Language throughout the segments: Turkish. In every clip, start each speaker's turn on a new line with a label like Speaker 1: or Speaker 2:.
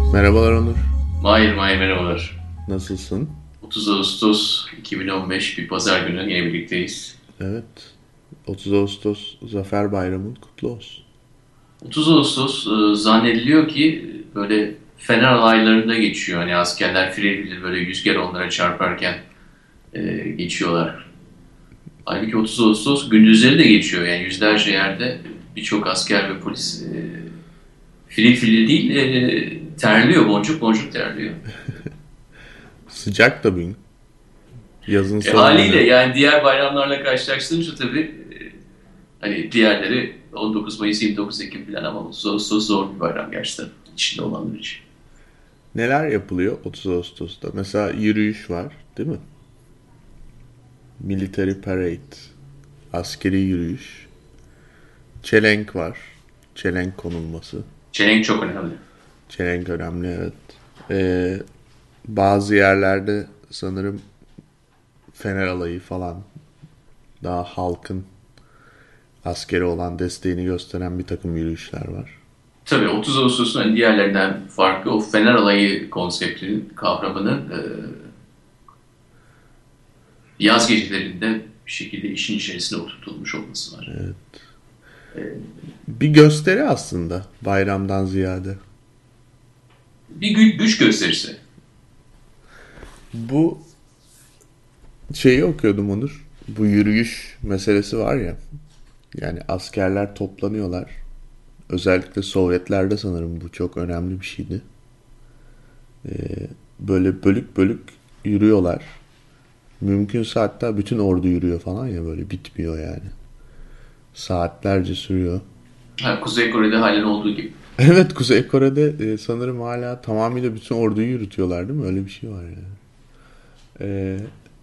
Speaker 1: Merhabalar Onur.
Speaker 2: Mahir merhabalar.
Speaker 1: Nasılsın?
Speaker 2: 30 Ağustos 2015 bir pazar günü yine birlikteyiz.
Speaker 1: Evet. 30 Ağustos Zafer Bayramı'nın kutlu olsun.
Speaker 2: 30 Ağustos zannediliyor ki böyle Fener alaylarında geçiyor. Hani askerler fitil fitil böyle rüzgar onlara çarparken geçiyorlar. Halbuki 30 Ağustos gündüzleri de geçiyor. Yani yüzlerce yerde birçok asker ve polis fitil fitil değil terliyor, boncuk boncuk terliyor.
Speaker 1: Sıcak da bugün. Yazın son
Speaker 2: Haliyle
Speaker 1: günü.
Speaker 2: yani diğer bayramlarla karşılaştırınca tabii hani diğerleri 19 Mayıs, 29 Ekim falan ama 30 Ağustos zor bir bayram gerçekten içinde olanlar için.
Speaker 1: Neler yapılıyor 30 Ağustos'ta? Mesela yürüyüş var, değil mi? Military Parade. Askeri yürüyüş. Çelenk var. Çelenk konulması.
Speaker 2: Çelenk çok önemli.
Speaker 1: Çelenk önemli, evet. Ee, Bazı yerlerde sanırım Fener alayı falan daha halkın askeri olan desteğini gösteren bir takım yürüyüşler var.
Speaker 2: Tabii 30 Ağustos'un hani diğerlerinden farklı o Fener Alayı konseptinin, kavramının yaz gecelerinde bir şekilde işin içerisine oturtulmuş olması var.
Speaker 1: Bir gösteri aslında bayramdan ziyade.
Speaker 2: Bir güç gösterisi.
Speaker 1: Bu şeyi okuyordum Onur. Bu yürüyüş meselesi var ya. Yani askerler toplanıyorlar. Özellikle Sovyetlerde sanırım bu çok önemli bir şeydi. Böyle bölük bölük yürüyorlar. Mümkünse hatta bütün ordu yürüyor falan ya, böyle bitmiyor yani. Saatlerce sürüyor.
Speaker 2: Ha, Kuzey Kore'de halen olduğu gibi.
Speaker 1: Evet, Kuzey Kore'de sanırım hala tamamıyla bütün orduyu yürütüyorlar, değil mi? Öyle bir şey var yani. E,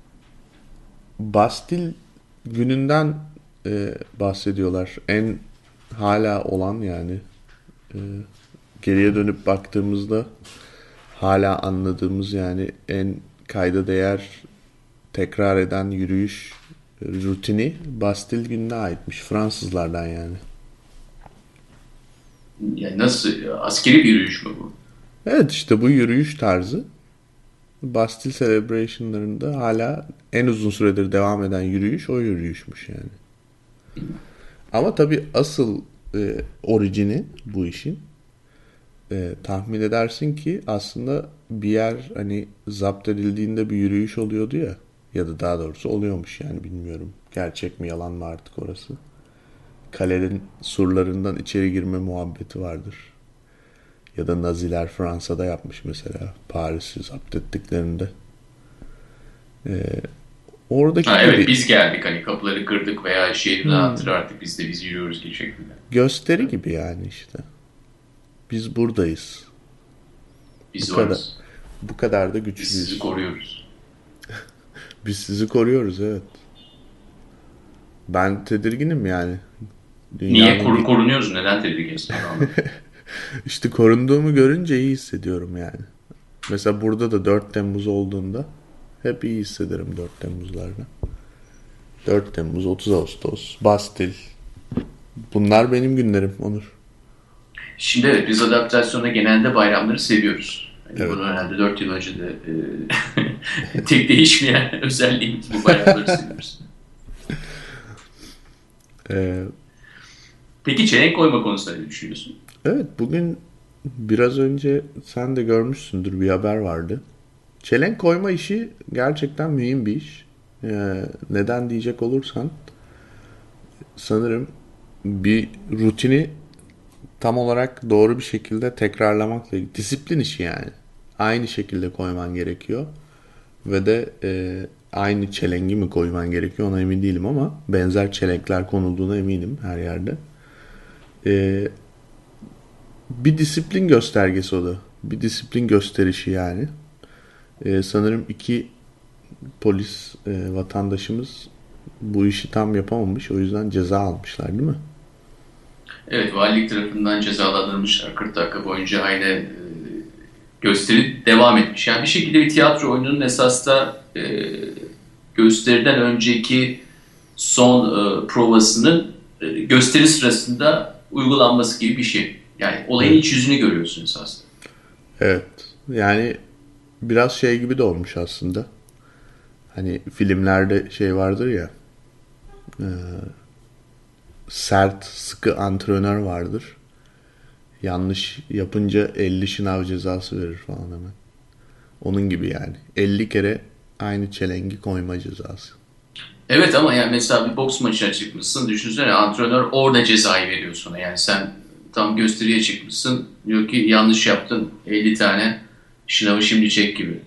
Speaker 1: Bastil gününden bahsediyorlar. En hala olan yani, e, geriye dönüp baktığımızda hala anladığımız yani en kayda değer tekrar eden yürüyüş rutini Bastil gününe aitmiş. Fransızlardan yani.
Speaker 2: Yani nasıl askeri bir yürüyüş mü bu?
Speaker 1: Evet, işte bu yürüyüş tarzı Bastille Celebration'larında hala en uzun süredir devam eden yürüyüş o yürüyüşmüş yani. Ama tabii asıl orijini bu işin, tahmin edersin ki aslında bir yer hani zapt edildiğinde bir yürüyüş oluyordu ya, ya da daha doğrusu oluyormuş yani, bilmiyorum gerçek mi yalan mı artık orası. Kalenin surlarından içeri girme muhabbeti vardır. Ya da Naziler Fransa'da yapmış mesela, Paris'i zapt ettiklerinde.
Speaker 2: Ha,
Speaker 1: Oradaki
Speaker 2: evet
Speaker 1: gibi
Speaker 2: biz geldik hani kapıları kırdık veya şehri dağıttık artık biz yürüyoruz gibi şeklinde.
Speaker 1: gösteri gibi yani işte. Biz buradayız. Bu
Speaker 2: Biz
Speaker 1: kadar.
Speaker 2: varız.
Speaker 1: Bu kadar da
Speaker 2: Biz sizi
Speaker 1: güçlüyüz.
Speaker 2: koruyoruz.
Speaker 1: Biz sizi koruyoruz, evet. Ben tedirginim yani.
Speaker 2: Niye
Speaker 1: Dünyanın bir
Speaker 2: korunuyoruz? Neden tedirginsin? Onu anladım.
Speaker 1: işte korunduğumu görünce iyi hissediyorum yani. Mesela burada da 4 Temmuz olduğunda hep iyi hissederim 4 Temmuz'larda. 4 Temmuz, 30 Ağustos, Bastil. Bunlar benim günlerim Onur.
Speaker 2: Şimdi evet biz adaptasyonda genelde bayramları seviyoruz. Yani
Speaker 1: Evet.
Speaker 2: bunu herhalde 4 yıl önce de tek değişmeyen özelliğimiz bu bayramları seviyoruz.
Speaker 1: Ee,
Speaker 2: Peki çelenk koyma konusunda ne düşünüyorsun?
Speaker 1: evet, bugün biraz önce sen de görmüşsündür, bir haber vardı. Çelenk koyma işi gerçekten mühim bir iş. Neden diyecek olursan, sanırım bir rutini tam olarak doğru bir şekilde tekrarlamakla ilgili. Disiplin işi yani. Aynı şekilde koyman gerekiyor. Ve de aynı çelengi mi koyman gerekiyor ona emin değilim ama benzer çelenkler konulduğuna eminim her yerde. E, Bir disiplin göstergesi o da. Bir disiplin gösterişi yani. Sanırım iki polis vatandaşımız bu işi tam yapamamış. O yüzden ceza almışlar, değil mi?
Speaker 2: Evet valilik tarafından cezalandırılmışlar 40 dakika boyunca aynı gösteri devam etmiş. Yani bir şekilde bir tiyatro oyununun esas da gösteriden önceki son provasının gösteri sırasında uygulanması gibi bir şey. Yani olayın iç yüzünü görüyorsun esasında.
Speaker 1: Evet. Yani biraz şey gibi de olmuş aslında. Hani filmlerde şey vardır ya, sert, sıkı antrenör vardır. Yanlış yapınca 50 şınav cezası verir falan hemen. Onun gibi yani. 50 kere aynı çelengi koyma cezası.
Speaker 2: Evet ama yani mesela bir boks maçına çıkmışsın. Düşünsene antrenör orada cezayı veriyor sana. Yani sen tam gösteriye çıkmışsın. Diyor ki yanlış yaptın 50 tane şınavı şimdi çek gibi.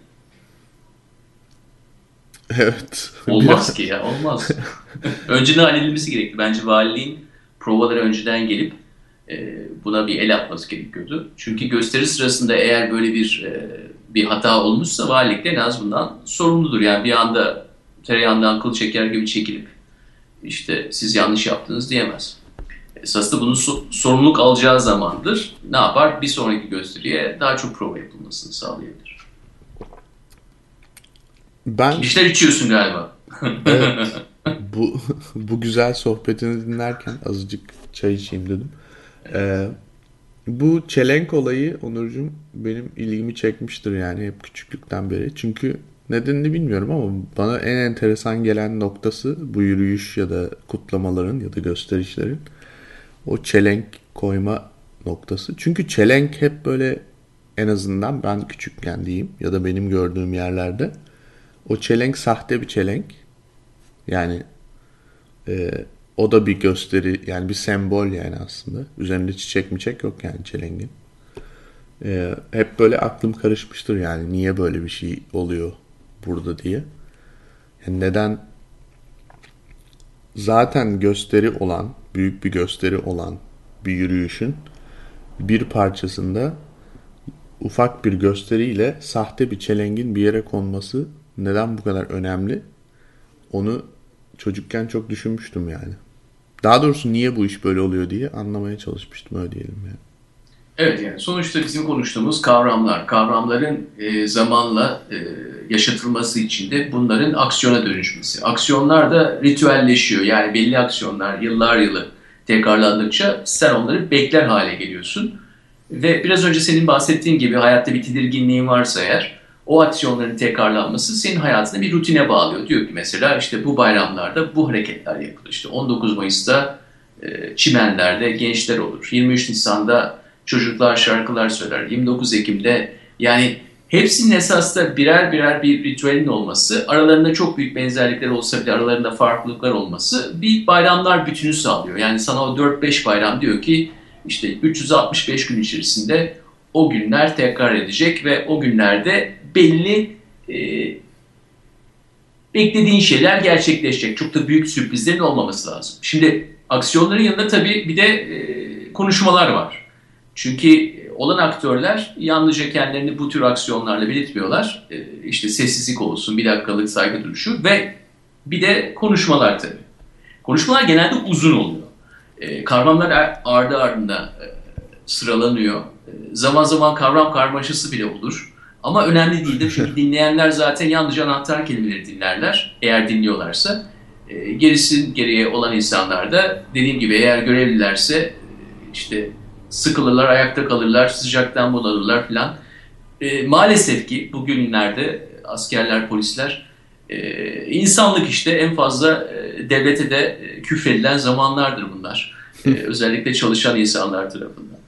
Speaker 1: Evet. Biraz.
Speaker 2: Olmaz ki ya olmaz. Önceden halledilmesi gerekti. Bence valiliğin provalara önceden gelip buna bir el atması gerekiyordu. Çünkü gösteri sırasında eğer böyle bir hata olmuşsa valilik de en az bundan sorumludur. Yani bir anda tereyağından kıl çeker gibi çekilip işte siz yanlış yaptınız diyemez. Esas da bunun sorumluluk alacağı zamandır. Ne yapar? Bir sonraki gösteriye daha çok prova yapılmasını sağlayabilir.
Speaker 1: Ben
Speaker 2: İşler içiyorsun galiba.
Speaker 1: evet, bu bu güzel sohbetini dinlerken azıcık çay içeyim dedim. Ee, Bu çelenk olayı Onurcuğum benim ilgimi çekmiştir yani hep küçüklükten beri. Çünkü nedenini bilmiyorum ama bana en enteresan gelen noktası bu yürüyüş ya da kutlamaların ya da gösterişlerin o çelenk koyma noktası. Çünkü çelenk hep böyle, en azından ben küçükken diyeyim ya da benim gördüğüm yerlerde o çelenk sahte bir çelenk. Yani e, o da bir gösteri yani bir sembol yani aslında. Üzerinde çiçek miçek yok yani çelengin. Hep böyle aklım karışmıştır yani niye böyle bir şey oluyor burada diye. Yani neden zaten gösteri olan, büyük bir gösteri olan bir yürüyüşün bir parçasında ufak bir gösteriyle sahte bir çelengin bir yere konması neden bu kadar önemli? Onu çocukken çok düşünmüştüm yani. Daha doğrusu niye bu iş böyle oluyor diye anlamaya çalışmıştım öyle diyelim yani.
Speaker 2: Evet yani sonuçta bizim konuştuğumuz kavramlar, kavramların zamanla yaşatılması için de bunların aksiyona dönüşmesi. Aksiyonlar da ritüelleşiyor. Yani belli aksiyonlar yıllar yılı tekrarlandıkça sen onları bekler hale geliyorsun. Ve biraz önce senin bahsettiğin gibi hayatta bir tedirginliğin varsa eğer o aksiyonların tekrarlanması senin hayatını bir rutine bağlıyor. Diyor ki mesela işte bu bayramlarda bu hareketler yapılır. İşte 19 Mayıs'ta çimenlerde gençler olur. 23 Nisan'da çocuklar şarkılar söyler. 29 Ekim'de yani hepsinin esasında birer birer bir ritüelin olması, aralarında çok büyük benzerlikler olsa bile aralarında farklılıklar olması bir bayramlar bütünü sağlıyor. Yani sana o 4-5 bayram diyor ki işte 365 gün içerisinde o günler tekrar edecek ve o günlerde belli e, beklediğin şeyler gerçekleşecek. Çok da büyük sürprizlerin olmaması lazım. Şimdi aksiyonların yanında tabii bir de konuşmalar var. Çünkü olan aktörler yalnızca kendilerini bu tür aksiyonlarla belirtmiyorlar. İşte sessizlik olsun, bir dakikalık saygı duruşu ve bir de konuşmalar tabii. Konuşmalar genelde uzun oluyor. Kavramlar ardı ardına sıralanıyor. Zaman zaman kavram karmaşası bile olur. Ama önemli değildir çünkü dinleyenler zaten yalnızca anahtar kelimeleri dinlerler eğer dinliyorlarsa. Gerisi geriye olan insanlar da dediğim gibi eğer görevlilerse işte sıkılırlar, ayakta kalırlar, sıcaktan bunalırlar filan. Maalesef ki bugünlerde askerler, polisler insanlık işte en fazla devlete de küfredilen zamanlardır bunlar. Özellikle çalışan insanlar tarafından.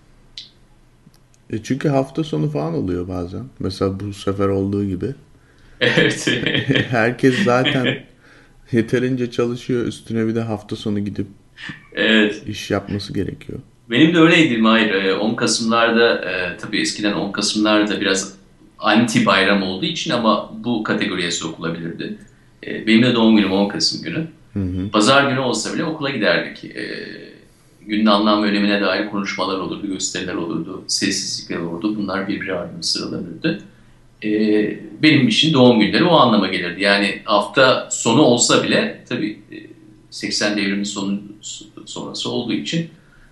Speaker 1: Çünkü hafta sonu falan oluyor bazen. Mesela bu sefer olduğu gibi.
Speaker 2: Evet.
Speaker 1: Herkes zaten yeterince çalışıyor. Üstüne bir de hafta sonu gidip
Speaker 2: Evet.
Speaker 1: iş yapması gerekiyor.
Speaker 2: Benim de öyleydi Mahir. 10 Kasım'larda tabii eskiden 10 Kasım'larda biraz anti bayram olduğu için ama bu kategoriye sokulabilirdi. Benim de doğum günüm 10 Kasım günü.
Speaker 1: Hı hı.
Speaker 2: Pazar günü olsa bile okula giderdik. Günün anlam ve önemine dair konuşmalar olurdu, gösteriler olurdu, sessizlikler olurdu. Bunlar birbiri ardına sıralanırdı. Benim için doğum günleri o anlama gelirdi. Yani hafta sonu olsa bile tabii 80 devrimin sonrası olduğu için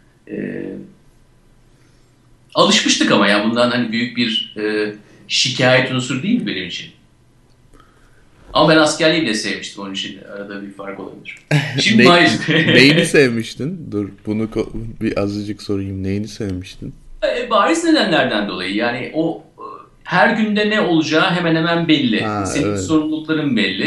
Speaker 2: alışmıştık ama ya bundan hani büyük bir şikayet unsuru değil benim için. Ama ben askerliği bile sevmiştim onun için arada bir fark olabilir. Şimdi
Speaker 1: Ne,
Speaker 2: hayır.
Speaker 1: neyini sevmiştin? Dur bunu bir azıcık sorayım. Neyini sevmiştin?
Speaker 2: Bariz nedenlerden dolayı yani o her günde ne olacağı hemen hemen belli.
Speaker 1: Ha,
Speaker 2: Senin
Speaker 1: evet.
Speaker 2: sorumlulukların belli.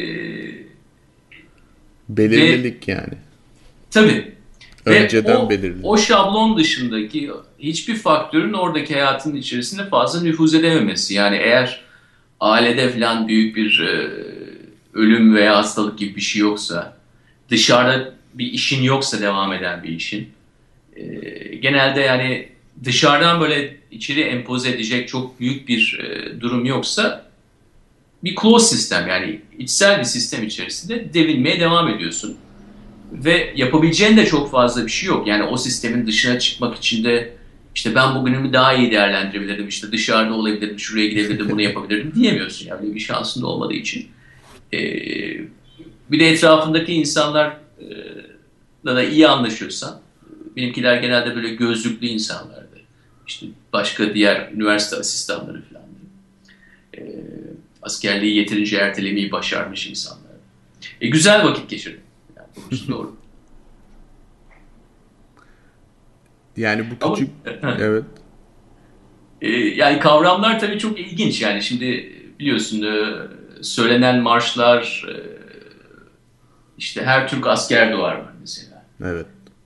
Speaker 2: Ve
Speaker 1: Belirlilik yani.
Speaker 2: tabii. Ve
Speaker 1: Önceden
Speaker 2: o
Speaker 1: belirlilik.
Speaker 2: şablon dışındaki hiçbir faktörün oradaki hayatın içerisinde fazla nüfuz edememesi. Yani eğer ailede falan büyük bir ölüm veya hastalık gibi bir şey yoksa, dışarıda bir işin yoksa devam eden bir işin, genelde yani dışarıdan böyle içeri empoze edecek çok büyük bir durum yoksa bir closed sistem yani içsel bir sistem içerisinde devinmeye devam ediyorsun. Ve yapabileceğin de çok fazla bir şey yok. Yani o sistemin dışına çıkmak için de işte ben bugünümü daha iyi değerlendirebilirdim, işte dışarıda olabilirdim, şuraya gidebilirdim, bunu yapabilirdim diyemiyorsun. Yani öyle bir şansın da olmadığı için. Ee, Bir de etrafındaki insanlarla da iyi anlaşıyorsan, benimkiler genelde böyle gözlüklü insanlardı. İşte başka diğer üniversite asistanları falan. Askerliği yeterince ertelemeyi başarmış insanlar. Güzel vakit geçirdim. Yani doğrusu doğru.
Speaker 1: Yani bu
Speaker 2: Ama
Speaker 1: küçük, evet.
Speaker 2: yani kavramlar tabii çok ilginç. Yani şimdi biliyorsun söylenen marşlar işte her Türk asker doğar var mesela.
Speaker 1: Evet.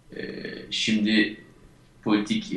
Speaker 2: Şimdi politik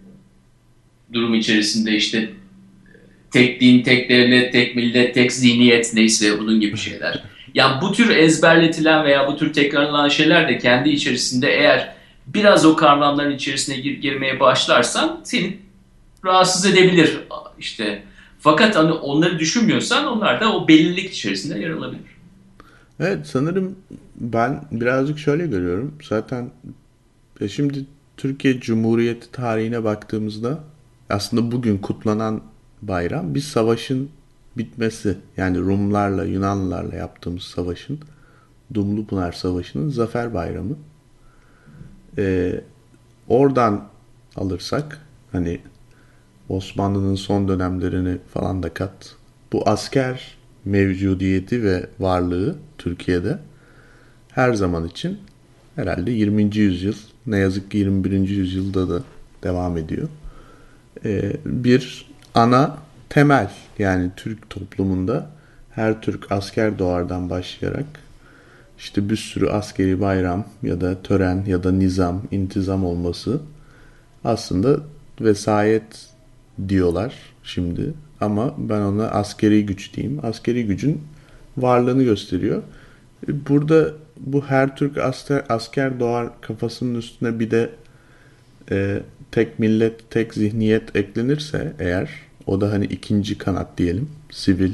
Speaker 2: durum içerisinde işte tek din, tek devlet, tek millet, tek zihniyet neyse bunun gibi şeyler. Yani bu tür ezberletilen veya bu tür tekrarlanan şeyler de kendi içerisinde eğer biraz o kavramların içerisine girmeye başlarsan seni rahatsız edebilir işte. Fakat hani onları düşünmüyorsan onlar da o belirlilik içerisinde yer alabilir.
Speaker 1: Evet, sanırım ben birazcık şöyle görüyorum. Zaten şimdi Türkiye Cumhuriyeti tarihine baktığımızda aslında bugün kutlanan bayram bir savaşın bitmesi. Yani Rumlarla, Yunanlılarla yaptığımız savaşın, Dumlupınar Savaşı'nın zafer bayramı. Ee, Oradan alırsak hani Osmanlı'nın son dönemlerini falan da kat. Bu asker mevcudiyeti ve varlığı Türkiye'de her zaman için herhalde 20. yüzyıl, ne yazık ki 21. yüzyılda da devam ediyor. Bir ana temel, yani Türk toplumunda her Türk asker doğardan başlayarak işte bir sürü askeri bayram ya da tören ya da nizam, intizam olması aslında vesayet diyorlar şimdi, ama ben ona askeri güç diyeyim. Askeri gücün varlığını gösteriyor. Burada bu her Türk asker doğar kafasının üstüne bir de tek millet, tek zihniyet eklenirse eğer, o da hani ikinci kanat diyelim. Sivil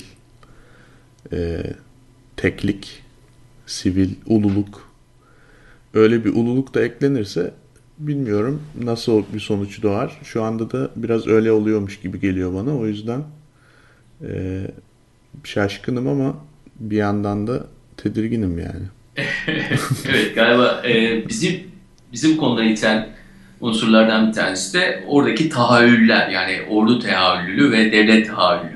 Speaker 1: e, teklik, sivil ululuk. Öyle bir ululuk da eklenirse bilmiyorum nasıl bir sonuç doğar. Şu anda da biraz öyle oluyormuş gibi geliyor bana. O yüzden e, şaşkınım ama bir yandan da tedirginim yani.
Speaker 2: Evet galiba bizim konuda iten unsurlardan bir tanesi de oradaki tahayyüller yani ordu tahayyülü ve devlet tahayyülü.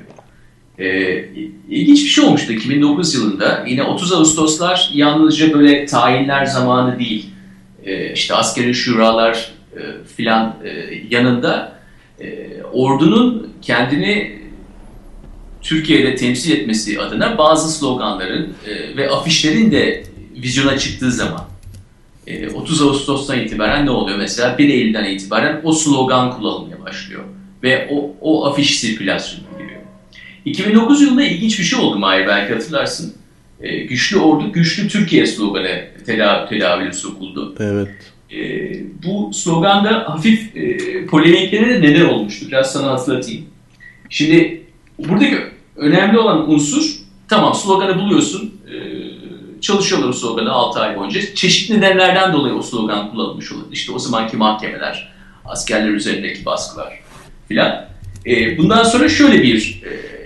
Speaker 2: İlginç bir şey olmuştu 2009 yılında. Yine 30 Ağustoslar yalnızca böyle tayinler zamanı değil. İşte askeri şuralar filan yanında ordunun kendini Türkiye'de temsil etmesi adına bazı sloganların ve afişlerin de vizyona çıktığı zaman 30 Ağustos'tan itibaren ne oluyor mesela? 1 Eylül'den itibaren o slogan kullanılmaya başlıyor. Ve o afiş sirkülasyonu giriyor. 2009 yılında ilginç bir şey oldu Mahir, belki hatırlarsın. Güçlü Ordu, Güçlü Türkiye sloganı tedavüle sokuldu.
Speaker 1: Evet.
Speaker 2: Bu sloganda hafif polemiklere de neden olmuştu. Biraz sana hatırlatayım. Şimdi buradaki önemli olan unsur, tamam sloganı buluyorsun, çalışıyorlar o sloganı 6 ay boyunca. Çeşitli nedenlerden dolayı o slogan kullanılmış olur. İşte o zamanki mahkemeler, askerler üzerindeki baskılar filan. Bundan sonra şöyle bir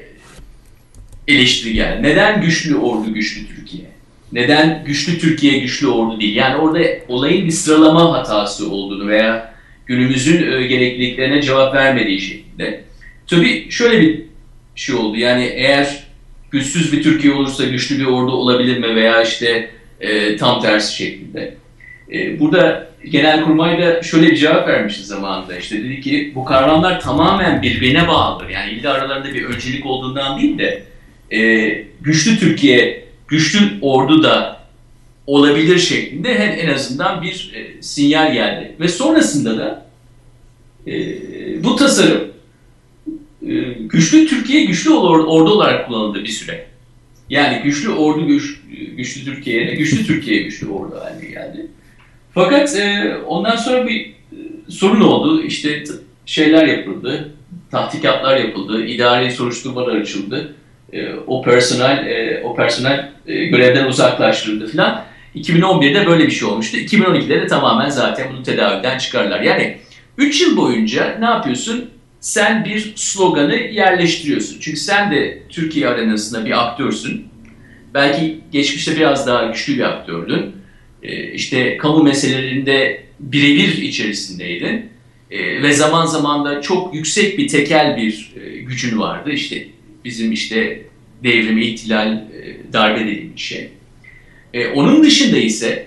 Speaker 2: eleştiri geldi. Neden güçlü ordu, güçlü Türkiye? Neden güçlü Türkiye, güçlü ordu değil? Yani orada olayın bir sıralama hatası olduğunu veya günümüzün gerekliliklerine cevap vermediği şeklinde. Tabii şöyle bir şey oldu. Yani eğer güçsüz bir Türkiye olursa güçlü bir ordu olabilir mi veya işte tam tersi şeklinde. Burada Genelkurmay da şöyle bir cevap vermişti zamanında. İşte dedi ki bu kavramlar tamamen birbirine bağlıdır. Yani illa aralarında bir öncelik olduğundan değil de güçlü Türkiye, güçlü ordu da olabilir şeklinde en azından bir sinyal geldi. Ve sonrasında da bu tasarım güçlü Türkiye, güçlü ordu olarak kullanıldı bir süre. Yani güçlü ordu, güçlü Türkiye'ye, güçlü Türkiye, güçlü ordu haline geldi. Fakat ondan sonra bir sorun oldu. İşte şeyler yapıldı, tahkikatlar yapıldı, idari soruşturmalar açıldı. O personel görevden uzaklaştırıldı filan. 2011'de böyle bir şey olmuştu. 2012'de de tamamen zaten bunu tedaviden çıkarlar. Yani 3 yıl boyunca ne yapıyorsun? Sen bir sloganı yerleştiriyorsun. Çünkü sen de Türkiye arenasında bir aktörsün. Belki geçmişte biraz daha güçlü bir aktördün. İşte kamu meselelerinde birebir içerisindeydin. Ve zaman zaman da çok yüksek bir tekel bir gücün vardı. İşte bizim işte devrim, ihtilal, darbe dediğimiz şey. Onun dışında ise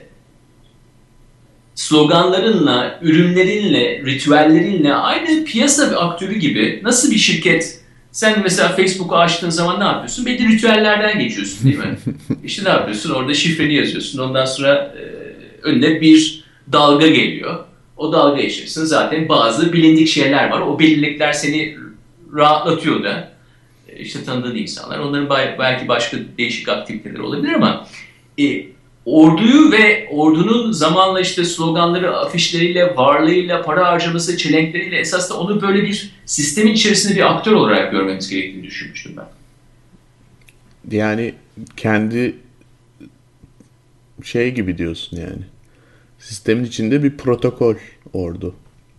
Speaker 2: sloganlarınla, ürünlerinle, ritüellerinle aynı piyasa bir aktörü gibi nasıl bir şirket, sen mesela Facebook'u açtığın zaman ne yapıyorsun? Belli ritüellerden geçiyorsun değil mi? İşte ne yapıyorsun? Orada şifreni yazıyorsun. Ondan sonra önüne bir dalga geliyor. O dalga içerisinde zaten bazı bilindik şeyler var. O bilinlikler seni rahatlatıyor da. İşte tanıdığın insanlar. Onların belki başka değişik aktiviteleri olabilir ama orduyu ve ordunun zamanla işte sloganları, afişleriyle, varlığıyla, para harcaması, çelenkleriyle esas da onu böyle bir sistemin içerisinde bir aktör olarak görmemiz gerektiğini düşünmüştüm ben.
Speaker 1: Yani kendi şey gibi diyorsun yani. Sistemin içinde bir protokol ordu.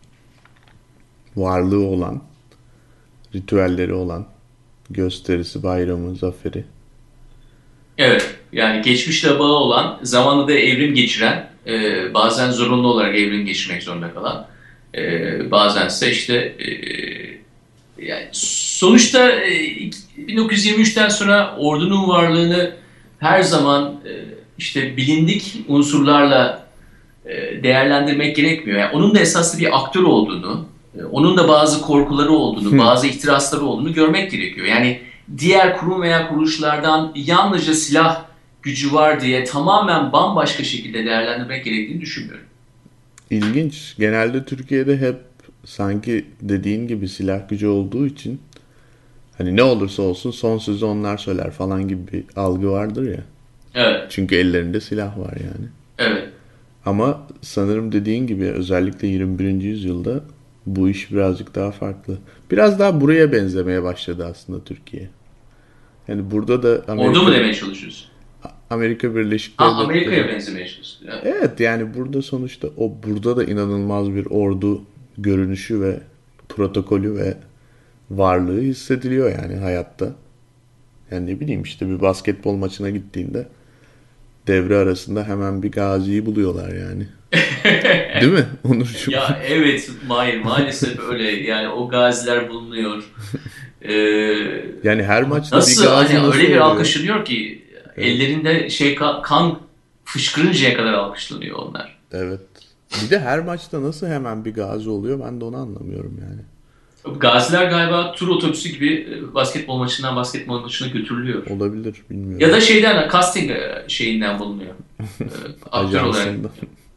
Speaker 1: Varlığı olan, ritüelleri olan, gösterisi, bayramı, zaferi.
Speaker 2: Evet, yani geçmişle bağı olan, zamanla da evrim geçiren, bazen zorunlu olarak evrim geçirmek zorunda kalan, bazense işte yani sonuçta 1923'ten sonra ordunun varlığını her zaman işte bilindik unsurlarla değerlendirmek gerekmiyor. Yani onun da esaslı bir aktör olduğunu, onun da bazı korkuları olduğunu, bazı ihtirasları olduğunu görmek gerekiyor. Yani diğer kurum veya kuruluşlardan yalnızca silah gücü var diye tamamen bambaşka şekilde değerlendirmek gerektiğini düşünmüyorum.
Speaker 1: İlginç. Genelde Türkiye'de hep sanki dediğin gibi silah gücü olduğu için hani ne olursa olsun son sözü onlar söyler falan gibi bir algı vardır ya.
Speaker 2: Evet.
Speaker 1: Çünkü ellerinde silah var yani.
Speaker 2: Evet.
Speaker 1: Ama sanırım dediğin gibi özellikle 21. yüzyılda bu iş birazcık daha farklı. Biraz daha buraya benzemeye başladı aslında Türkiye. Yani burada da
Speaker 2: Orada mı demeye çalışıyorsun?
Speaker 1: Amerika Birleşik
Speaker 2: Amerika'ya
Speaker 1: Devletleri.
Speaker 2: benzemeye çalışıyorsun. Evet.
Speaker 1: Evet yani burada sonuçta burada da inanılmaz bir ordu görünüşü ve protokolü ve varlığı hissediliyor yani hayatta. Yani ne bileyim işte bir basketbol maçına gittiğinde devre arasında hemen bir gaziyi buluyorlar yani. Değil mi Onurcuğum?
Speaker 2: Ya evet, maalesef öyle. Yani o gaziler bulunuyor. Ee,
Speaker 1: Yani her maçta bir
Speaker 2: Nasıl
Speaker 1: gazi
Speaker 2: hani
Speaker 1: nasıl
Speaker 2: öyle bir
Speaker 1: oluyor?
Speaker 2: alkışlanıyor ki
Speaker 1: Evet.
Speaker 2: ellerinde şey kan fışkırıncaya kadar alkışlanıyor onlar.
Speaker 1: Evet. Bir de her maçta nasıl hemen bir gazi oluyor ben de onu anlamıyorum yani.
Speaker 2: Gaziler galiba tur otobüsü gibi basketbol maçından basketbol maçına götürülüyor.
Speaker 1: Olabilir
Speaker 2: Ya
Speaker 1: bilmiyorum.
Speaker 2: da şeyden, casting şeyinden bulunuyor. Aktör olarak.
Speaker 1: Ajansında.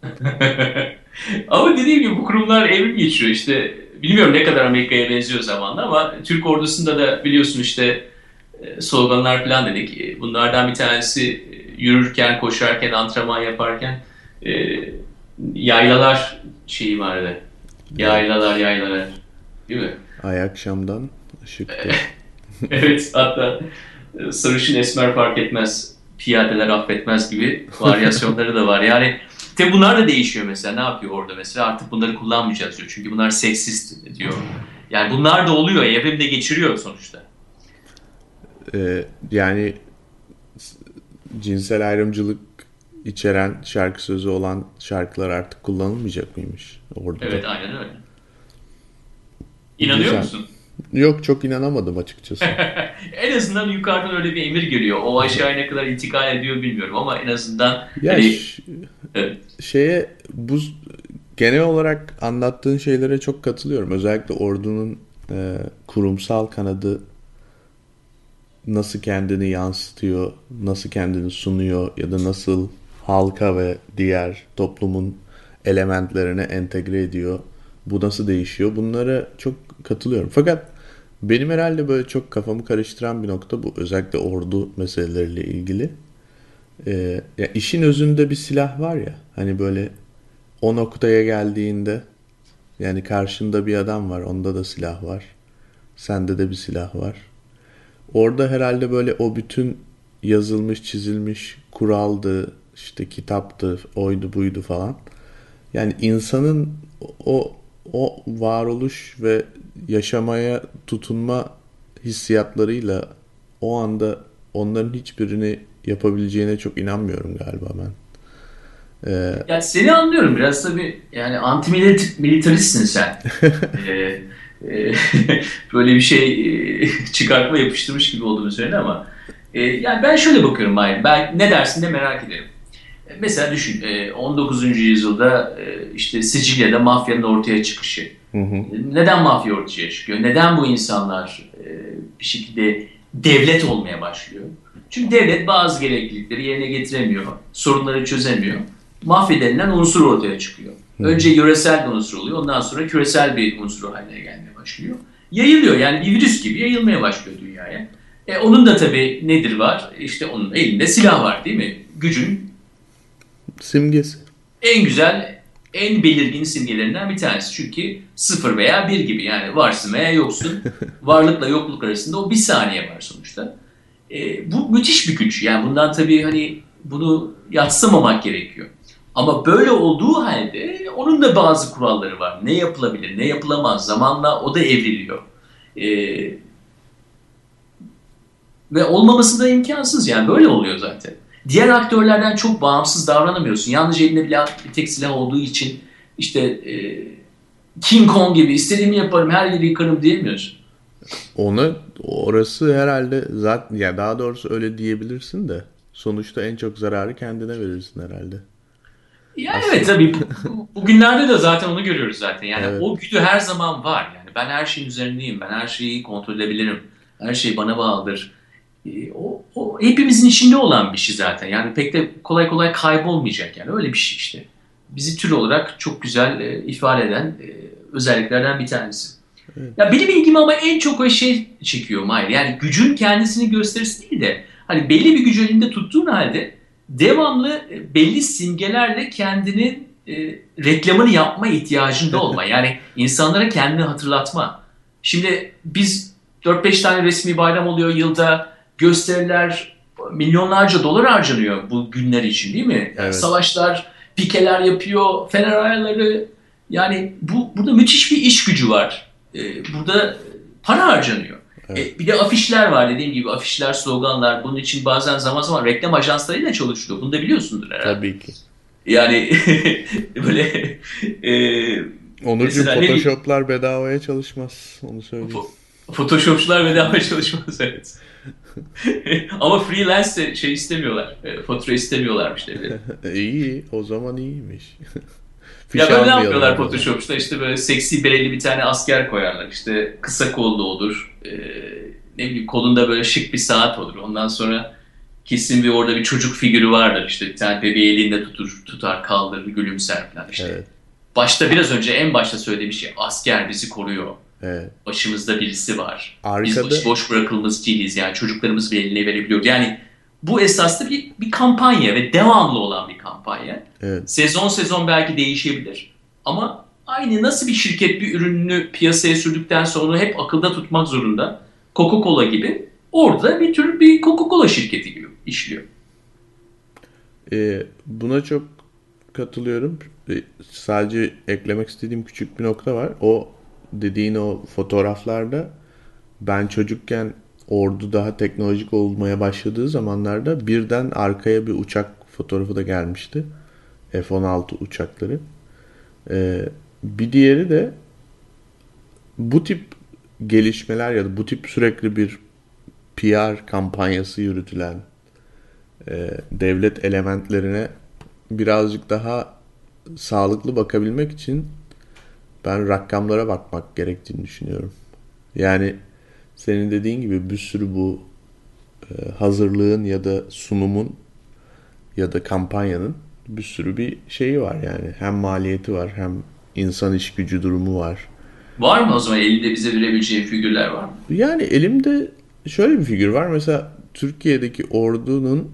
Speaker 2: Ama dediğim gibi bu kurumlar evrim geçiyor işte. Bilmiyorum ne kadar Amerika'ya benziyor zamanla ama Türk ordusunda da biliyorsun işte sloganlar falan dedik. Bunlardan bir tanesi yürürken, koşarken, antrenman yaparken e, yaylalar şeyi vardı.
Speaker 1: Evet.
Speaker 2: Yaylalar. Değil mi?
Speaker 1: Ay akşamdan ışıktı.
Speaker 2: Evet, hatta sarışın esmer fark etmez, piyadeler affetmez gibi varyasyonları da var. Yani tabi bunlar da değişiyor mesela. Ne yapıyor orada mesela? Artık bunları kullanmayacağız diyor. Çünkü bunlar seksist diyor. Yani bunlar da oluyor. Evrim de geçiriyor sonuçta.
Speaker 1: Yani cinsel ayrımcılık içeren şarkı sözü olan şarkılar artık kullanılmayacak mıymış orada?
Speaker 2: Evet, aynen öyle. İnanıyor
Speaker 1: Güzel.
Speaker 2: musun?
Speaker 1: Yok çok inanamadım açıkçası.
Speaker 2: En azından yukarıdan öyle bir emir geliyor. O aşağıya ne kadar intikal ediyor bilmiyorum ama en azından
Speaker 1: Ya
Speaker 2: hani Evet.
Speaker 1: Bu genel olarak anlattığın şeylere çok katılıyorum. Özellikle ordunun kurumsal kanadı nasıl kendini yansıtıyor, nasıl kendini sunuyor ya da nasıl halka ve diğer toplumun elementlerine entegre ediyor. Bu nasıl değişiyor? Bunlara çok katılıyorum. Fakat benim herhalde böyle çok kafamı karıştıran bir nokta bu. Özellikle ordu meseleleriyle ilgili. Ya işin özünde bir silah var ya. Hani böyle o noktaya geldiğinde yani karşında bir adam var. Onda da silah var. Sende de bir silah var. Orada herhalde böyle o bütün yazılmış, çizilmiş kuraldı, işte kitaptı, oydu buydu falan. Yani insanın o o varoluş ve yaşamaya tutunma hissiyatlarıyla o anda onların hiçbirini yapabileceğine çok inanmıyorum galiba ben.
Speaker 2: Yani seni anlıyorum biraz tabii, yani anti-militaristsin sen. Ee, e, Böyle bir şey çıkartma yapıştırmış gibi olduğunu söyledi ama yani ben şöyle bakıyorum Mahir. Ben ne dersin de merak ederim. Mesela düşün, 19. yüzyılda işte Sicilya'da mafyanın ortaya çıkışı.
Speaker 1: Hı hı.
Speaker 2: Neden mafya ortaya çıkıyor? Neden bu insanlar bir şekilde devlet olmaya başlıyor? Çünkü devlet bazı gereklilikleri yerine getiremiyor, sorunları çözemiyor. Mafya denilen unsur ortaya çıkıyor.
Speaker 1: Hı hı.
Speaker 2: Önce yöresel bir unsur oluyor, ondan sonra küresel bir unsur haline gelmeye başlıyor. Yayılıyor, yani bir virüs gibi yayılmaya başlıyor dünyaya. Onun da tabii nedir var? İşte onun elinde silah var, değil mi? Gücün
Speaker 1: Simgesi.
Speaker 2: en güzel, en belirgin simgelerinden bir tanesi. Çünkü sıfır veya bir gibi, yani varsın veya yoksun. Varlıkla yokluk arasında o bir saniye var sonuçta. Bu müthiş bir güç. Yani bundan tabii hani bunu yadsımamak gerekiyor. Ama böyle olduğu halde onun da bazı kuralları var. Ne yapılabilir, ne yapılamaz. Zamanla o da evriliyor. E, Ve olmaması da imkansız, yani böyle oluyor zaten. Diğer aktörlerden çok bağımsız davranamıyorsun. Yalnızca elinde bir tek silah olduğu için işte King Kong gibi istediğimi yaparım, her yeri yıkarım diyemiyorsun.
Speaker 1: Orası herhalde zaten ya daha doğrusu öyle diyebilirsin de sonuçta en çok zararı kendine verirsin herhalde.
Speaker 2: Ya evet,
Speaker 1: Aslında
Speaker 2: tabii bugünlerde de zaten onu görüyoruz zaten. Yani
Speaker 1: evet.
Speaker 2: o güdü her zaman var. Yani ben her şeyin üzerindeyim. Ben her şeyi kontrol edebilirim. Her şey bana bağlıdır. O hepimizin içinde olan bir şey zaten. Yani pek de kolay kolay kaybolmayacak, yani öyle bir şey işte. Bizi tür olarak çok güzel ifade eden özelliklerden bir tanesi.
Speaker 1: Evet.
Speaker 2: Ya benim ilgimi ama en çok o şey çekiyor Mahir. Yani gücün kendisini gösterisi değil de hani belli bir gücü elinde tuttuğun halde devamlı belli simgelerle kendinin reklamını yapma ihtiyacında olma. Yani insanlara kendini hatırlatma. Şimdi biz 4-5 tane resmi bayram oluyor yılda, gösteriler, milyonlarca dolar harcanıyor bu günler için, değil mi? Yani
Speaker 1: Evet.
Speaker 2: savaşlar, pikeler yapıyor, fener ayarları, yani burada müthiş bir iş gücü var. Burada para harcanıyor.
Speaker 1: Evet.
Speaker 2: Bir de afişler var, dediğim gibi afişler, sloganlar. Bunun için bazen zaman zaman reklam ajanslarıyla çalışılıyor. Bunu da biliyorsundur herhalde.
Speaker 1: Tabii ki.
Speaker 2: Yani böyle
Speaker 1: Onurcuğum
Speaker 2: mesela ne bileyim,
Speaker 1: Photoshop'lar bedavaya çalışmaz. Onu söyleyeyim.
Speaker 2: Photoshopçular bedava çalışmaz, evet. Ama freelance de şey istemiyorlar. Fatura istemiyorlarmış devlet.
Speaker 1: İyi. O zaman iyiymiş. Fiş
Speaker 2: Ya böyle ne
Speaker 1: almayalım
Speaker 2: yapıyorlar
Speaker 1: o zaman.
Speaker 2: Photoshop'ta? İşte böyle seksi bereli bir tane asker koyarlar. İşte kısa kollu olur. Ne bileyim, kolunda böyle şık bir saat olur. Ondan sonra kesin bir orada bir çocuk figürü vardır. İşte bir tane bebeği elinde tutar, kaldırır, gülümser falan işte.
Speaker 1: Evet.
Speaker 2: Başta, biraz önce en başta söylediğim şey, asker bizi koruyor.
Speaker 1: Evet.
Speaker 2: Başımızda birisi var. Biz
Speaker 1: Arkada
Speaker 2: başıboş bırakılmış değiliz. Yani çocuklarımız bir eline verebiliyoruz. Yani bu esaslı bir kampanya ve devamlı olan bir kampanya.
Speaker 1: evet.
Speaker 2: Sezon sezon belki değişebilir. Ama aynı, nasıl bir şirket bir ürününü piyasaya sürdükten sonra hep akılda tutmak zorunda. Coca-Cola gibi. Orada bir tür bir Coca-Cola şirketi gibi işliyor.
Speaker 1: Buna çok katılıyorum. Sadece eklemek istediğim küçük bir nokta var. O dediğin o fotoğraflarda ben çocukken ordu daha teknolojik olmaya başladığı zamanlarda birden arkaya bir uçak fotoğrafı da gelmişti. F-16 uçakları. Bir diğeri de bu tip gelişmeler ya da bu tip sürekli bir PR kampanyası yürütülen devlet elementlerine birazcık daha sağlıklı bakabilmek için ben rakamlara bakmak gerektiğini düşünüyorum. Yani senin dediğin gibi bir sürü bu hazırlığın ya da sunumun ya da kampanyanın bir sürü bir şeyi var yani. Hem maliyeti var hem insan iş gücü durumu var.
Speaker 2: Var mı o zaman elinde bize verebileceğin figürler var mı?
Speaker 1: Yani elimde şöyle bir figür var. Mesela Türkiye'deki ordunun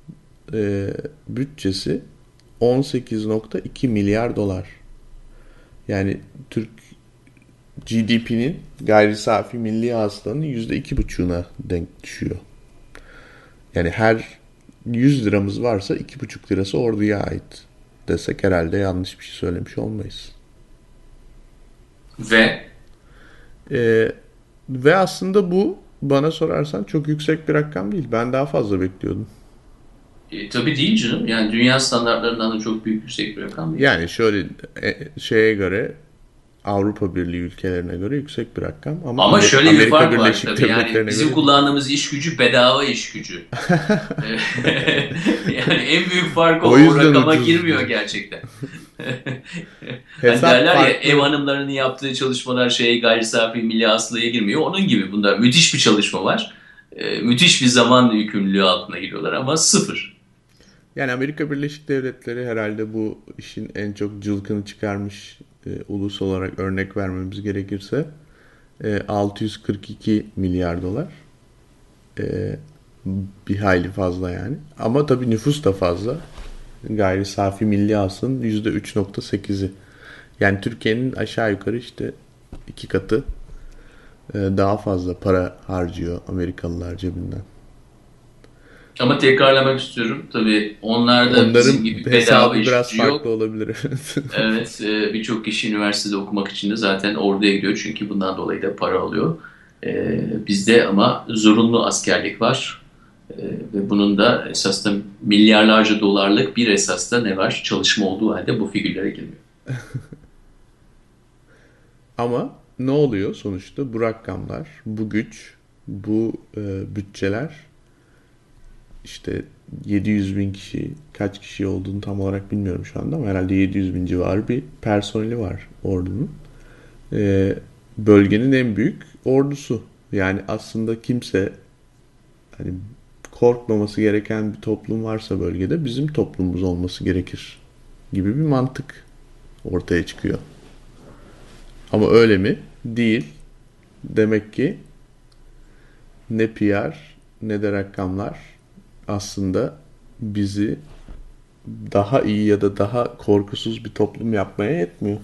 Speaker 1: bütçesi 18,2 milyar dolar. Yani Türk GDP'nin gayri safi milli hasılanın %2,5'una denk düşüyor. Yani her 100 liramız varsa 2,5 lirası orduya ait desek herhalde yanlış bir şey söylemiş olmayız.
Speaker 2: Ve
Speaker 1: Ee, ve aslında bu bana sorarsan çok yüksek bir rakam değil. Ben daha fazla bekliyordum.
Speaker 2: tabii değil canım. Yani dünya standartlarından da çok büyük yüksek bir rakam değil.
Speaker 1: Yani şöyle şeye göre Avrupa Birliği ülkelerine göre yüksek bir rakam ama
Speaker 2: Ama şöyle bir
Speaker 1: Amerika
Speaker 2: fark var
Speaker 1: Birleşik
Speaker 2: tabii. Yani
Speaker 1: Devletleri'ne
Speaker 2: bizim
Speaker 1: göre değil.
Speaker 2: kullandığımız iş gücü bedava iş gücü. Yani en büyük fark o.
Speaker 1: O
Speaker 2: O
Speaker 1: yüzden
Speaker 2: rakama
Speaker 1: ucuz
Speaker 2: girmiyor
Speaker 1: diyor.
Speaker 2: gerçekten. Hani
Speaker 1: Hesap
Speaker 2: derler ya ev
Speaker 1: farklı.
Speaker 2: hanımlarının yaptığı çalışmalar gayri safi milli hasılaya girmiyor. Onun gibi bunda müthiş bir çalışma var. Müthiş bir zaman yükümlülüğü altına giriyorlar ama sıfır.
Speaker 1: Yani Amerika Birleşik Devletleri herhalde bu işin en çok cılkını çıkarmış ulus olarak örnek vermemiz gerekirse 642 milyar dolar. E, bir hayli fazla yani. Ama tabii nüfus da fazla. Gayri safi milli hasılanın %3,8'i. Yani Türkiye'nin aşağı yukarı işte iki katı daha fazla para harcıyor Amerikalılar cebinden.
Speaker 2: Ama tekrarlamak istiyorum. Tabii onlarda
Speaker 1: Onların
Speaker 2: bizim gibi bedava
Speaker 1: hesabı
Speaker 2: iş
Speaker 1: biraz
Speaker 2: gücü yok.
Speaker 1: farklı olabilir.
Speaker 2: Evet, birçok kişi üniversitede okumak için de zaten oraya gidiyor çünkü bundan dolayı da para alıyor. Bizde ama zorunlu askerlik var. Ve bunun da esas da milyarlarca dolarlık bir esas da ne var? Çalışma olduğu halde bu figürlere girmiyor.
Speaker 1: Ama ne oluyor sonuçta? Bu rakamlar, bu güç, bu bütçeler işte 700 bin kişi, kaç kişi olduğunu tam olarak bilmiyorum şu anda ama herhalde 700 bin civarı bir personeli var ordunun. E, bölgenin en büyük ordusu. Yani aslında kimse hani korkmaması gereken bir toplum varsa bölgede bizim toplumumuz olması gerekir gibi bir mantık ortaya çıkıyor. Ama öyle mi? Değil. Demek ki ne PR ne de rakamlar aslında bizi daha iyi ya da daha korkusuz bir toplum yapmaya yetmiyor.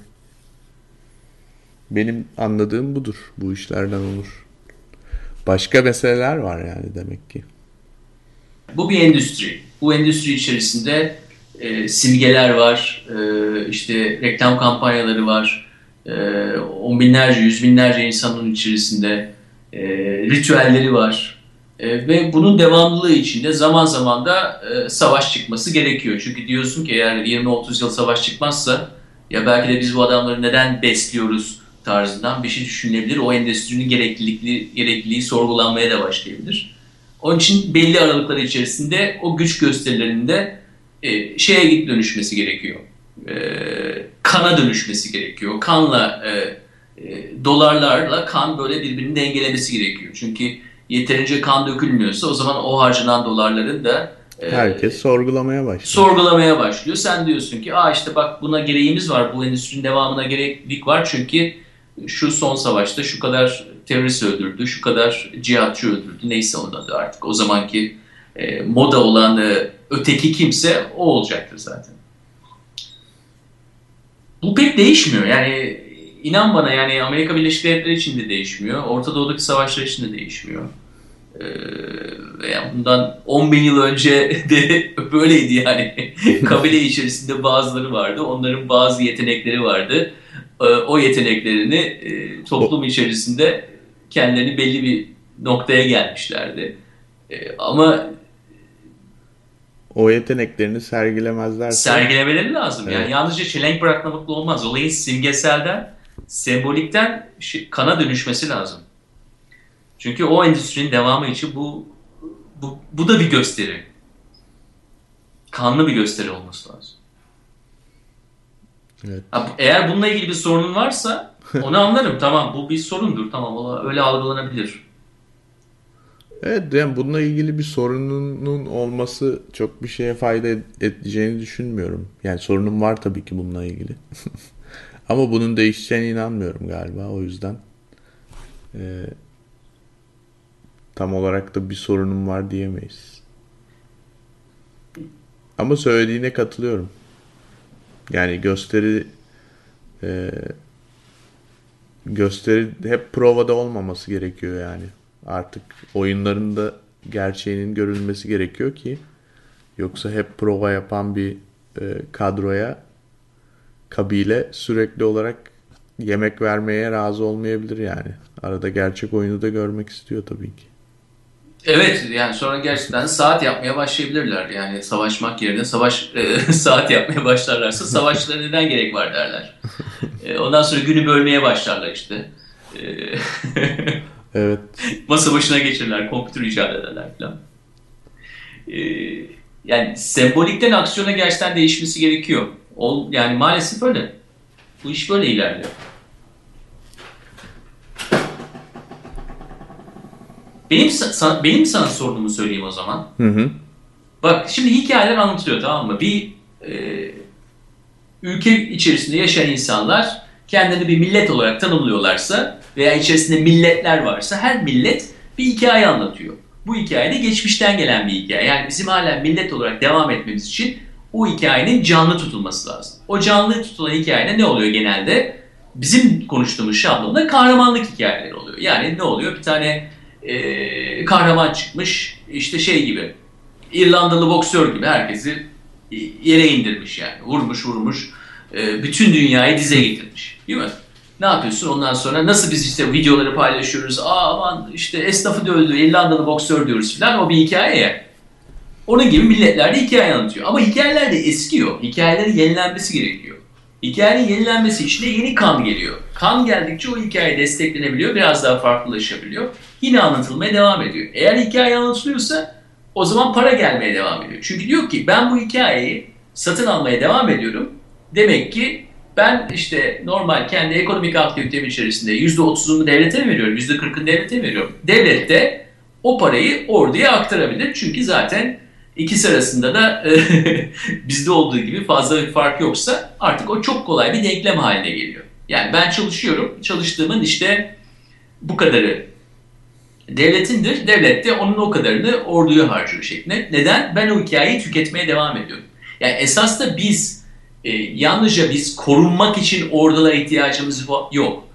Speaker 1: Benim anladığım budur. Bu işlerden olur. Başka meseleler var yani demek ki.
Speaker 2: Bu bir endüstri. Bu endüstri içerisinde simgeler var, işte reklam kampanyaları var, on binlerce, yüz binlerce insanın içerisinde ritüelleri var. Ve bunun devamlılığı içinde zaman zaman da savaş çıkması gerekiyor. Çünkü diyorsun ki eğer 20-30 yıl savaş çıkmazsa ya belki de biz bu adamları neden besliyoruz tarzından bir şey düşünülebilir. O endüstrinin gerekliliği sorgulanmaya da başlayabilir. Onun için belli aralıklar içerisinde o güç gösterilerinde dönüşmesi gerekiyor. Kana dönüşmesi gerekiyor. Dolarlarla kan böyle birbirini dengelemesi gerekiyor. Çünkü yeterince kan dökülmüyorsa o zaman o harcanan dolarların da
Speaker 1: Herkes sorgulamaya başlıyor.
Speaker 2: sorgulamaya başlıyor. Sen diyorsun ki işte bak buna gereğimiz var, bu endüstrinin devamına gereklilik var çünkü şu son savaşta şu kadar terörist öldürdü, şu kadar cihatçı öldürdü, neyse onun adı artık. O zamanki moda olan öteki kimse o olacaktır zaten. Bu pek değişmiyor yani inan bana yani Amerika Birleşik Devletleri için de değişmiyor, Orta Doğu'daki savaşlar için de değişmiyor. Bundan 10 bin yıl önce de böyleydi yani. Kabile içerisinde bazıları vardı. Onların bazı yetenekleri vardı. O yeteneklerini
Speaker 1: O,
Speaker 2: toplum içerisinde kendilerini belli bir noktaya gelmişlerdi. Ama
Speaker 1: o yeteneklerini sergilemezlerse
Speaker 2: sergilemeleri lazım. Yani
Speaker 1: evet.
Speaker 2: yalnızca çelenk bırakmamakla olmaz. Olayın simgeselden, sembolikten kana dönüşmesi lazım. Çünkü o endüstrinin devamı için bu da bir gösteri. Kanlı bir gösteri olması lazım.
Speaker 1: Evet.
Speaker 2: Eğer bununla ilgili bir sorunun varsa onu anlarım. Tamam, bu bir sorundur. Tamam, öyle algılanabilir.
Speaker 1: Evet, yani bununla ilgili bir sorunun olması çok bir şeye fayda edeceğini düşünmüyorum. Yani sorunum var tabii ki bununla ilgili. Ama bunun değişeceğine inanmıyorum galiba. O yüzden tam olarak da bir sorunum var diyemeyiz. Ama söylediğine katılıyorum. Yani gösteri hep provada olmaması gerekiyor yani. Artık oyunlarında gerçeğinin görülmesi gerekiyor ki yoksa hep prova yapan bir kadroya kabile sürekli olarak yemek vermeye razı olmayabilir yani. Arada gerçek oyunu da görmek istiyor tabii ki.
Speaker 2: Evet, yani sonra gerçekten saat yapmaya başlayabilirler. Yani savaşmak yerine saat yapmaya başlarlarsa savaşlara neden gerek var derler. Ondan sonra günü bölmeye başlarlar işte. E,
Speaker 1: Evet.
Speaker 2: Masa başına geçirler, kompütür icat ederler falan. E, Yani sembolikten aksiyona gerçekten değişmesi gerekiyor. Yani maalesef öyle. Bu iş böyle ilerliyor. Benim sana sorunumu söyleyeyim o zaman.
Speaker 1: Hı hı.
Speaker 2: Bak şimdi hikayeler anlatılıyor, tamam mı? Bir ülke içerisinde yaşayan insanlar kendini bir millet olarak tanımlıyorlarsa veya içerisinde milletler varsa her millet bir hikaye anlatıyor. Bu hikaye de geçmişten gelen bir hikaye. Yani bizim hala millet olarak devam etmemiz için o hikayenin canlı tutulması lazım. O canlı tutulan hikayede ne oluyor genelde? Bizim konuştuğumuz şablonda kahramanlık hikayeleri oluyor. Yani ne oluyor? Bir tane kahraman çıkmış, işte şey gibi, İrlandalı boksör gibi herkesi yere indirmiş yani. Vurmuş. Bütün dünyayı dize getirmiş. Değil mi? Ne yapıyorsun ondan sonra? Nasıl biz işte videoları paylaşıyoruz? Aman işte esnafı dövdü, İrlandalı boksör diyoruz falan. O bir hikaye ya. Onun gibi milletler de hikaye anlatıyor. Ama hikayeler de eskiyor. Hikayelerin yenilenmesi gerekiyor. Hikayenin yenilenmesi için de yeni kan geliyor. Kan geldikçe o hikaye desteklenebiliyor. Biraz daha farklılaşabiliyor. Yine anlatılmaya devam ediyor. Eğer hikaye anlatılıyorsa o zaman para gelmeye devam ediyor. Çünkü diyor ki ben bu hikayeyi satın almaya devam ediyorum. Demek ki ben işte normal kendi ekonomik aktivitem içerisinde %30'unu devlete mi veriyorum, %40'ını devlete mi veriyorum? Devlet de o parayı orduya aktarabilir. Çünkü zaten ikisi arasında da bizde olduğu gibi fazla bir fark yoksa artık o çok kolay bir denklem haline geliyor. Yani ben çalışıyorum, çalıştığımın işte bu kadarı devletindir. Devlet de onun o kadarını orduya harcıyor şeklinde. Neden? Ben o hikayeyi tüketmeye devam ediyorum. Yani esas da yalnızca biz korunmak için ordulara ihtiyacımız yok.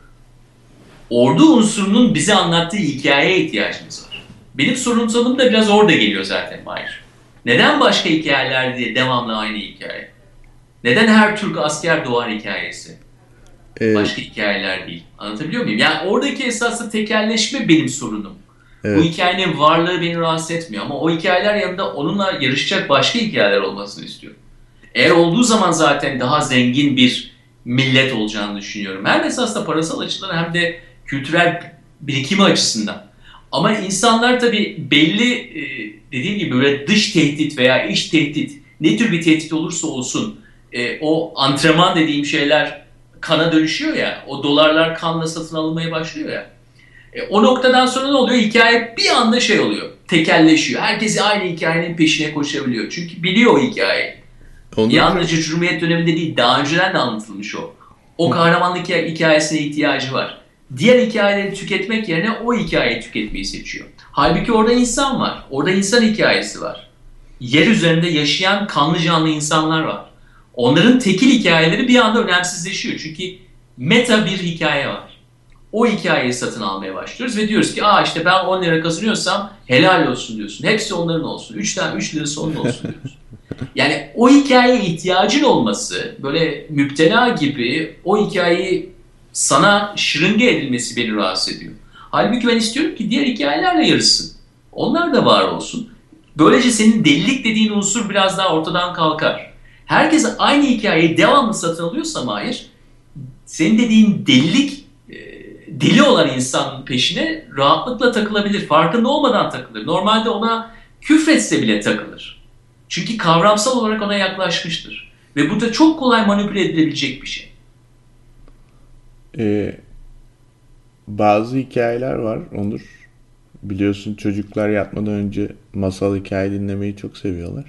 Speaker 2: Ordu unsurunun bize anlattığı hikayeye ihtiyacımız var. Benim sorunsalım da biraz orada geliyor zaten Mahir. Neden başka hikayeler diye devamlı aynı hikaye? Neden her Türk asker doğar hikayesi?
Speaker 1: Ee,
Speaker 2: Başka hikayeler değil. Anlatabiliyor muyum? Yani oradaki esaslı tekelleşme benim sorunum. Bu
Speaker 1: evet.
Speaker 2: hikayenin varlığı beni rahatsız etmiyor ama o hikayeler yanında onunla yarışacak başka hikayeler olmasını istiyorum. Eğer olduğu zaman zaten daha zengin bir millet olacağını düşünüyorum. Hem esasında parasal açıdan hem de kültürel birikimi açısından. Ama insanlar tabii belli dediğim gibi böyle dış tehdit veya iç tehdit ne tür bir tehdit olursa olsun o antrenman dediğim şeyler kana dönüşüyor ya, o dolarlar kanla satın alınmaya başlıyor ya. O noktadan sonra ne oluyor? Hikaye bir anda şey oluyor, tekelleşiyor. Herkes aynı hikayenin peşine koşabiliyor. Çünkü biliyor o hikayeyi.
Speaker 1: Onurcuğum,
Speaker 2: Yalnızca Cumhuriyet döneminde değil, daha önceden de anlatılmış o. O kahramanlık hikayesine ihtiyacı var. Diğer hikayeleri tüketmek yerine o hikayeyi tüketmeyi seçiyor. Halbuki orada insan var. Orada insan hikayesi var. Yer üzerinde yaşayan kanlı canlı insanlar var. Onların tekil hikayeleri bir anda önemsizleşiyor. Çünkü meta bir hikaye var. O hikayeyi satın almaya başlıyoruz ve diyoruz ki işte ben 10 lira kazanıyorsam helal olsun diyorsun. Hepsi onların olsun. 3 lirası onun olsun diyoruz. Yani o hikayeye ihtiyacın olması, böyle müptela gibi o hikayeyi sana şırınga edilmesi beni rahatsız ediyor. Halbuki ben istiyorum ki diğer hikayelerle yarışsın. Onlar da var olsun. Böylece senin delilik dediğin unsur biraz daha ortadan kalkar. Herkes aynı hikayeyi devamlı satın alıyorsa Mahir, senin dediğin deli olan insanın peşine rahatlıkla takılabilir. Farkında olmadan takılır. Normalde ona küfretse bile takılır. Çünkü kavramsal olarak ona yaklaşmıştır. Ve bu da çok kolay manipüle edilebilecek bir şey.
Speaker 1: Ee, Bazı hikayeler var Onur. Biliyorsun çocuklar yatmadan önce masal hikaye dinlemeyi çok seviyorlar.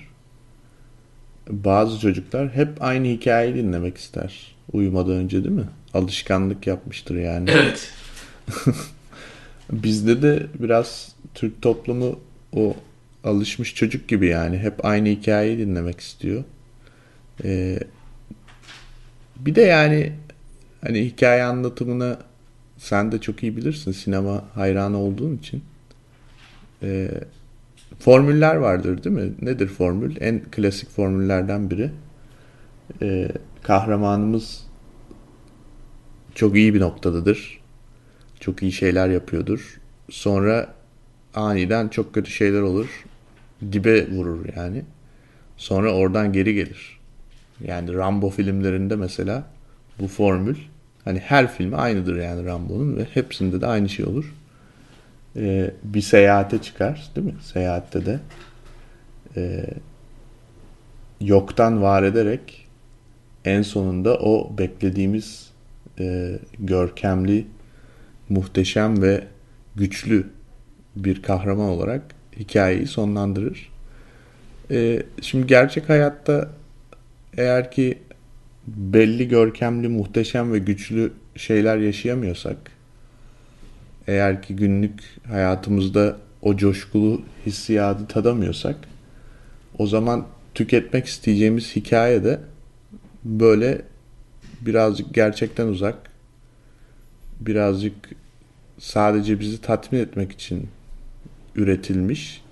Speaker 1: Bazı çocuklar hep aynı hikayeyi dinlemek ister uyumadan önce, değil mi? Alışkanlık yapmıştır yani.
Speaker 2: Evet.
Speaker 1: Bizde de biraz Türk toplumu o alışmış çocuk gibi yani. Hep aynı hikayeyi dinlemek istiyor. Ee, Bir de yani hani hikaye anlatımına sen de çok iyi bilirsin sinema hayranı olduğun için. Ee, Formüller vardır değil mi? Nedir formül? En klasik formüllerden biri. Kahramanımız çok iyi bir noktadadır. Çok iyi şeyler yapıyordur. Sonra aniden çok kötü şeyler olur. Dibe vurur yani. Sonra oradan geri gelir. Yani Rambo filmlerinde mesela bu formül hani her filmi aynıdır yani Rambo'nun ve hepsinde de aynı şey olur. Bir seyahate çıkar değil mi? Seyahatte de yoktan var ederek en sonunda o beklediğimiz görkemli, muhteşem ve güçlü bir kahraman olarak hikayeyi sonlandırır. Şimdi gerçek hayatta eğer ki belli görkemli, muhteşem ve güçlü şeyler yaşayamıyorsak, eğer ki günlük hayatımızda o coşkulu hissiyatı tadamıyorsak, o zaman tüketmek isteyeceğimiz hikaye de böyle birazcık gerçekten uzak, birazcık sadece bizi tatmin etmek için üretilmiş,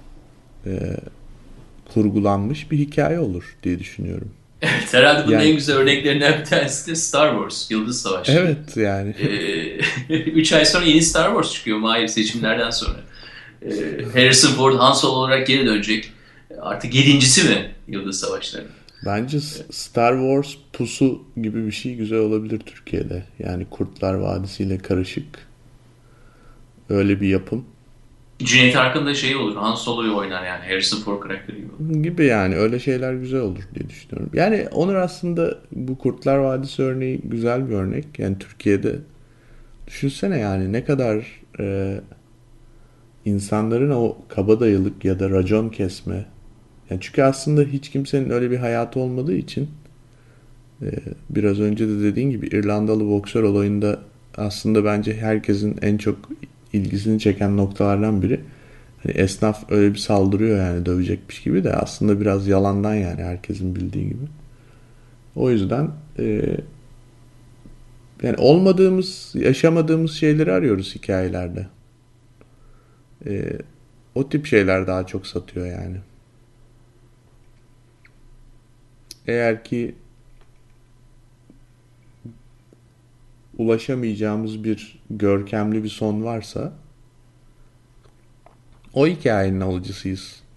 Speaker 1: kurgulanmış bir hikaye olur diye düşünüyorum.
Speaker 2: Evet, herhalde bunun en
Speaker 1: Yani
Speaker 2: güzel örneklerinden bir tanesi de Star Wars, Yıldız Savaşları.
Speaker 1: evet yani
Speaker 2: 3 ay sonra yeni Star Wars çıkıyor Mahir seçimlerden sonra. Harrison Ford Han Solo olarak geri dönecek. Artık yedincisi mi Yıldız Savaşları?
Speaker 1: bence Star Wars pusu gibi bir şey güzel olabilir Türkiye'de. Yani Kurtlar Vadisi ile karışık öyle bir yapım
Speaker 2: Cüneyt Arkın da şey olur, Han Solo'yu oynar yani Harrison Ford karakteri gibi.
Speaker 1: gibi yani öyle şeyler güzel olur diye düşünüyorum. Yani Onur aslında bu Kurtlar Vadisi örneği güzel bir örnek. Yani Türkiye'de düşünsene yani ne kadar insanların o kabadayılık ya da racon kesme. Yani çünkü aslında hiç kimsenin öyle bir hayatı olmadığı için biraz önce de dediğin gibi İrlandalı boksör olayında aslında bence herkesin en çok ilgisini çeken noktalardan biri. Hani esnaf öyle bir saldırıyor yani dövecekmiş gibi de aslında biraz yalandan yani herkesin bildiği gibi. O yüzden yani olmadığımız, yaşamadığımız şeyleri arıyoruz hikayelerde. O tip şeyler daha çok satıyor yani. Eğer ki ulaşamayacağımız bir görkemli bir son varsa o hikayenin alıcısıyız.